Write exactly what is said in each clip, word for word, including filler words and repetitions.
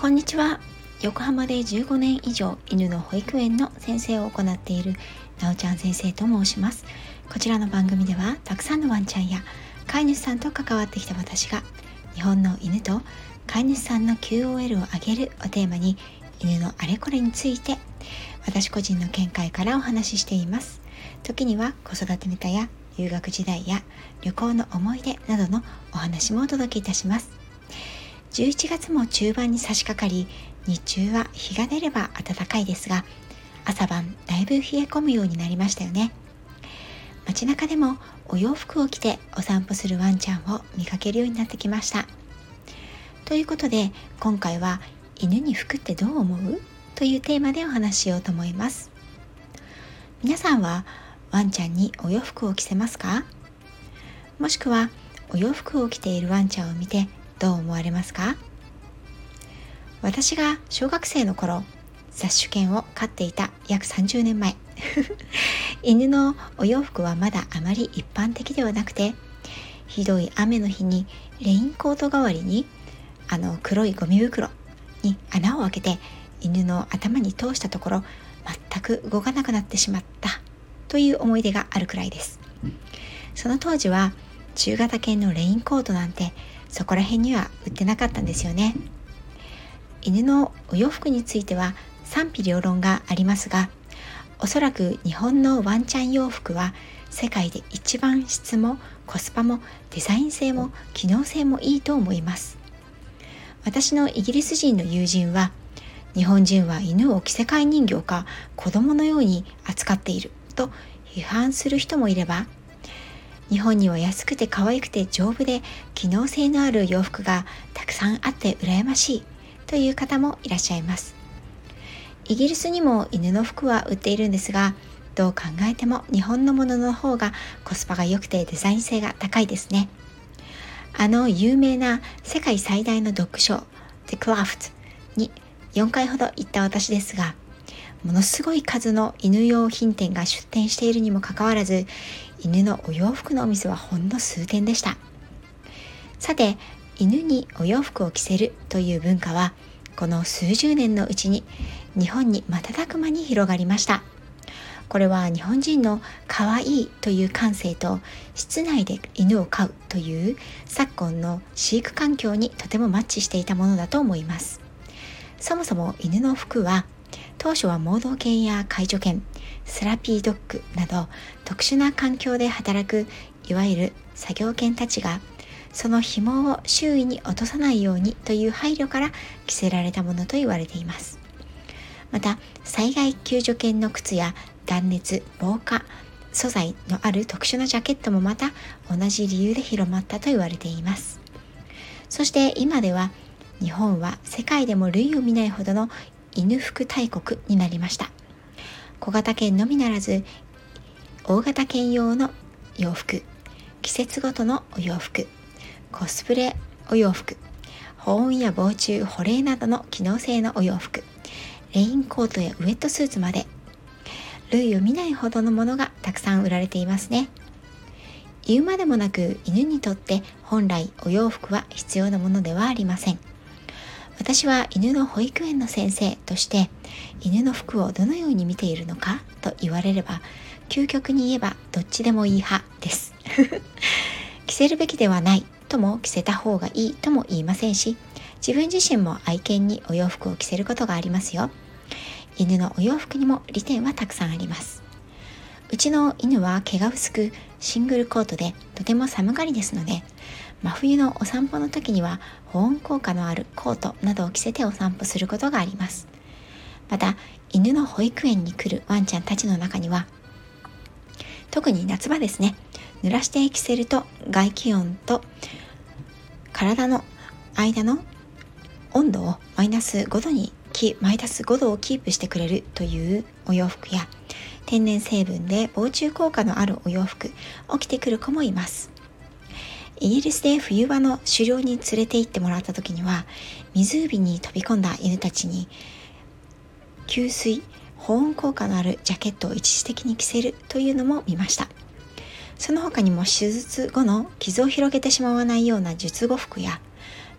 こんにちは。横浜でじゅうごねん以上犬の保育園の先生を行っているなおちゃん先生と申します。こちらの番組ではたくさんのワンちゃんや飼い主さんと関わってきた私が日本の犬と飼い主さんの キューオーエル を上げるをテーマに犬のあれこれについて私個人の見解からお話ししています。時には子育てネタや留学時代や旅行の思い出などのお話もお届けいたします。じゅういちがつも中盤に差し掛かり、日中は日が出れば暖かいですが、朝晩だいぶ冷え込むようになりましたよね。街中でもお洋服を着てお散歩するワンちゃんを見かけるようになってきました。ということで、今回は犬に服ってどう思う？というテーマでお話ししようと思います。皆さんはワンちゃんにお洋服を着せますか？もしくはお洋服を着ているワンちゃんを見てどう思われますか？私が小学生の頃、雑種犬を飼っていた約さんじゅうねんまえ犬のお洋服はまだあまり一般的ではなくて、ひどい雨の日にレインコート代わりにあの黒いゴミ袋に穴を開けて犬の頭に通したところ、全く動かなくなってしまったという思い出があるくらいです。その当時は中型犬のレインコートなんてそこら辺には売ってなかったんですよね。犬のお洋服については賛否両論がありますが、おそらく日本のワンちゃん洋服は世界で一番質もコスパもデザイン性も機能性もいいと思います。私のイギリス人の友人は、日本人は犬を着せ替え人形か子供のように扱っていると批判する人もいれば、日本には安くて可愛くて丈夫で機能性のある洋服がたくさんあって羨ましいという方もいらっしゃいます。イギリスにも犬の服は売っているんですが、どう考えても日本のものの方がコスパが良くてデザイン性が高いですね。あの有名な世界最大のドッグショー The Craft によんかいほど行った私ですが、ものすごい数の犬用品店が出店しているにもかかわらず、犬のお洋服のお店はほんの数店でした。さて、犬にお洋服を着せるという文化はこの数十年のうちに日本に瞬く間に広がりました。これは日本人の可愛いという感性と室内で犬を飼うという昨今の飼育環境にとてもマッチしていたものだと思います。そもそも犬の服は当初は盲導犬や介助犬、セラピードッグなど特殊な環境で働くいわゆる作業犬たちがその紐を周囲に落とさないようにという配慮から着せられたものと言われています。また災害救助犬の靴や断熱防火素材のある特殊なジャケットもまた同じ理由で広まったと言われています。そして今では日本は世界でも類を見ないほどの犬服大国になりました。小型犬のみならず大型犬用の洋服、季節ごとのお洋服、コスプレお洋服、保温や防虫、保冷などの機能性のお洋服、レインコートやウェットスーツまで類を見ないほどのものがたくさん売られていますね。言うまでもなく犬にとって本来お洋服は必要なものではありません。私は犬の保育園の先生として犬の服をどのように見ているのかと言われれば、究極に言えばどっちでもいい派です着せるべきではないとも着せた方がいいとも言いませんし、自分自身も愛犬にお洋服を着せることがありますよ。犬のお洋服にも利点はたくさんあります。うちの犬は毛が薄くシングルコートでとても寒がりですので、真冬のお散歩の時には保温効果のあるコートなどを着せてお散歩することがあります。また犬の保育園に来るワンちゃんたちの中には、特に夏場ですね、濡らして着せると外気温と体の間の温度をマイナスごどにマイナスごどをキープしてくれるというお洋服や、天然成分で防虫効果のあるお洋服を着てくる子もいます。イギリスで冬場の狩猟に連れて行ってもらった時には、湖に飛び込んだ犬たちに吸水保温効果のあるジャケットを一時的に着せるというのも見ました。その他にも手術後の傷を広げてしまわないような術後服や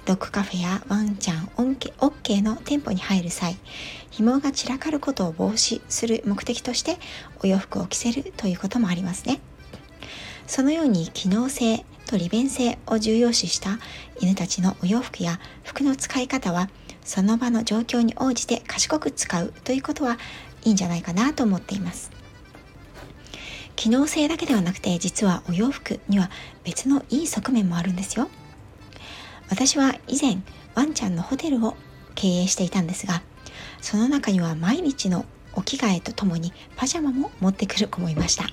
ドッグカフェやワンちゃん OK の店舗に入る際、紐が散らかることを防止する目的としてお洋服を着せるということもありますね。そのように機能性と利便性を重要視した犬たちのお洋服や服の使い方は、その場の状況に応じて賢く使うということはいいんじゃないかなと思っています。機能性だけではなくて、実はお洋服には別のいい側面もあるんですよ。私は以前ワンちゃんのホテルを経営していたんですが、その中には毎日のお着替えとともにパジャマも持ってくる子もいました。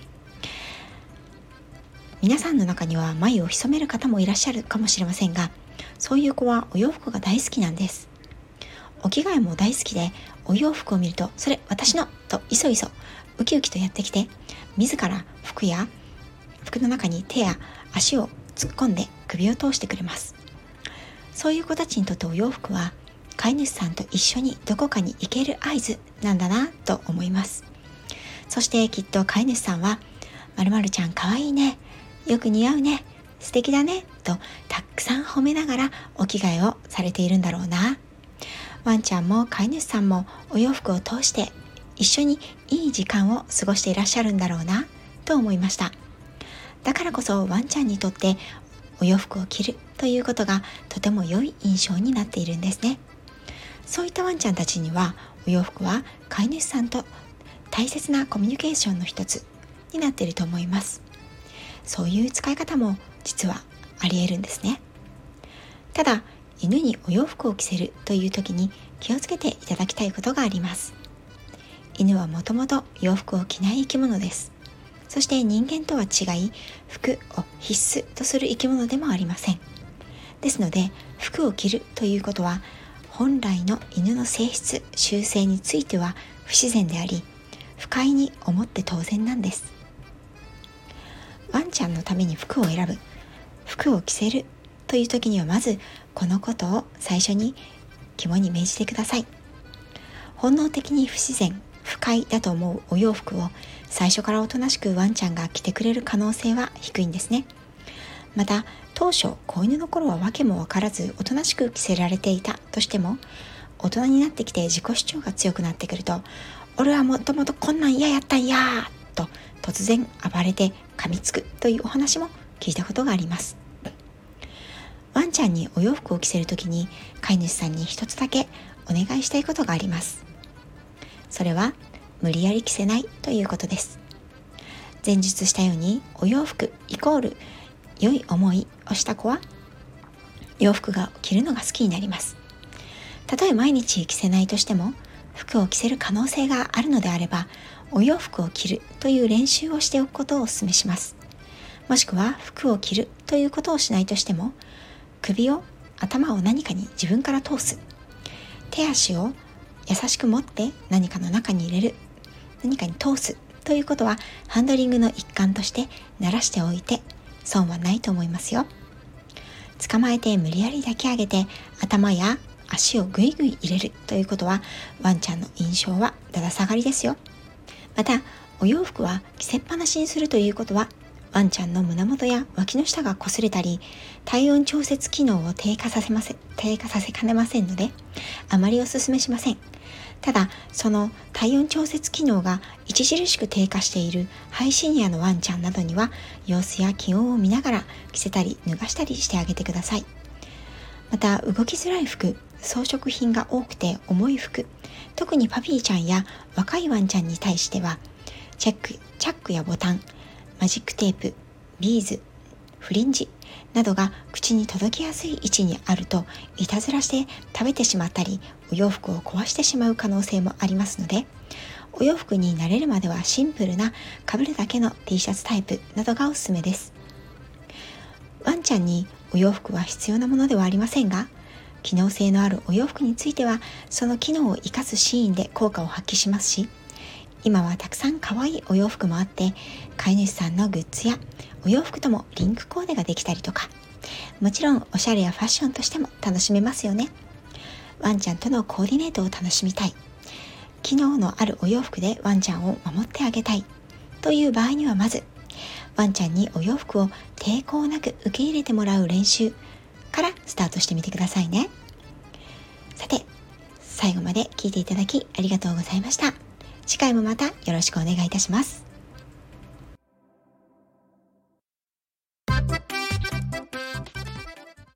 皆さんの中には眉を潜める方もいらっしゃるかもしれませんが、そういう子はお洋服が大好きなんです。お着替えも大好きで、お洋服を見るとそれ私のといそいそウキウキとやってきて、自ら服や服の中に手や足を突っ込んで首を通してくれます。そういう子たちにとってお洋服は飼い主さんと一緒にどこかに行ける合図なんだなと思います。そしてきっと飼い主さんは、〇〇ちゃんかわいいね、よく似合うね、素敵だねとたくさん褒めながらお着替えをされているんだろうな。ワンちゃんも飼い主さんもお洋服を通して一緒にいい時間を過ごしていらっしゃるんだろうなと思いました。だからこそワンちゃんにとってお洋服を着るということがとても良い印象になっているんですね。そういったワンちゃんたちにはお洋服は飼い主さんと大切なコミュニケーションの一つになっていると思います。そういう使い方も実はあり得るんですね。ただ、犬にお洋服を着せるという時に気をつけていただきたいことがあります。犬はもともと洋服を着ない生き物です。そして人間とは違い、服を必須とする生き物でもありません。ですので、服を着るということは本来の犬の性質、習性については不自然であり、不快に思って当然なんです。ワンちゃんのために服を選ぶ、服を着せるという時には、まずこのことを最初に肝に銘じてください。本能的に不自然、不快だと思うお洋服を最初からおとなしくワンちゃんが着てくれる可能性は低いんですね。また、当初子犬の頃は訳も分からずおとなしく着せられていたとしても、大人になってきて自己主張が強くなってくると、俺はもともとこんなん嫌やったんやと突然暴れて噛みつくというお話も聞いたことがあります。ワンちゃんにお洋服を着せるときに飼い主さんに一つだけお願いしたいことがあります。それは無理やり着せないということです。前述したように、お洋服イコール良い思いをした子は洋服が着るのが好きになります。たとえ毎日着せないとしても、服を着せる可能性があるのであれば、お洋服を着るという練習をしておくことをお勧めします。もしくは服を着るということをしないとしても、首を頭を何かに自分から通す、手足を優しく持って何かの中に入れる、何かに通すということはハンドリングの一環として慣らしておいて損はないと思いますよ。捕まえて無理やり抱き上げて頭や足をぐいぐい入れるということは、ワンちゃんの印象はだだ下がりですよ。また、お洋服は着せっぱなしにするということは、ワンちゃんの胸元や脇の下が擦れたり、体温調節機能を低下させませ低下させかねませんので、あまりお勧めしません。ただ、その体温調節機能が著しく低下しているハイシニアのワンちゃんなどには、様子や気温を見ながら着せたり脱がしたりしてあげてください。また、動きづらい服、装飾品が多くて重い服、特にパピーちゃんや若いワンちゃんに対しては、チェック、チャックやボタン、マジックテープ、ビーズ、フリンジなどが口に届きやすい位置にあると、いたずらして食べてしまったり、お洋服を壊してしまう可能性もありますので、お洋服に慣れるまではシンプルな被るだけの T シャツタイプなどがおすすめです。ワンちゃんにお洋服は必要なものではありませんが、機能性のあるお洋服についてはその機能を生かすシーンで効果を発揮しますし、今はたくさん可愛いお洋服もあって、飼い主さんのグッズやお洋服ともリンクコーデができたりとか、もちろんおしゃれやファッションとしても楽しめますよね。ワンちゃんとのコーディネートを楽しみたい、機能のあるお洋服でワンちゃんを守ってあげたいという場合には、まずワンちゃんにお洋服を抵抗なく受け入れてもらう練習、 からスタートしてみてくださいね。さて、最後まで聞いていただきありがとうございました。次回もまたよろしくお願いいたします。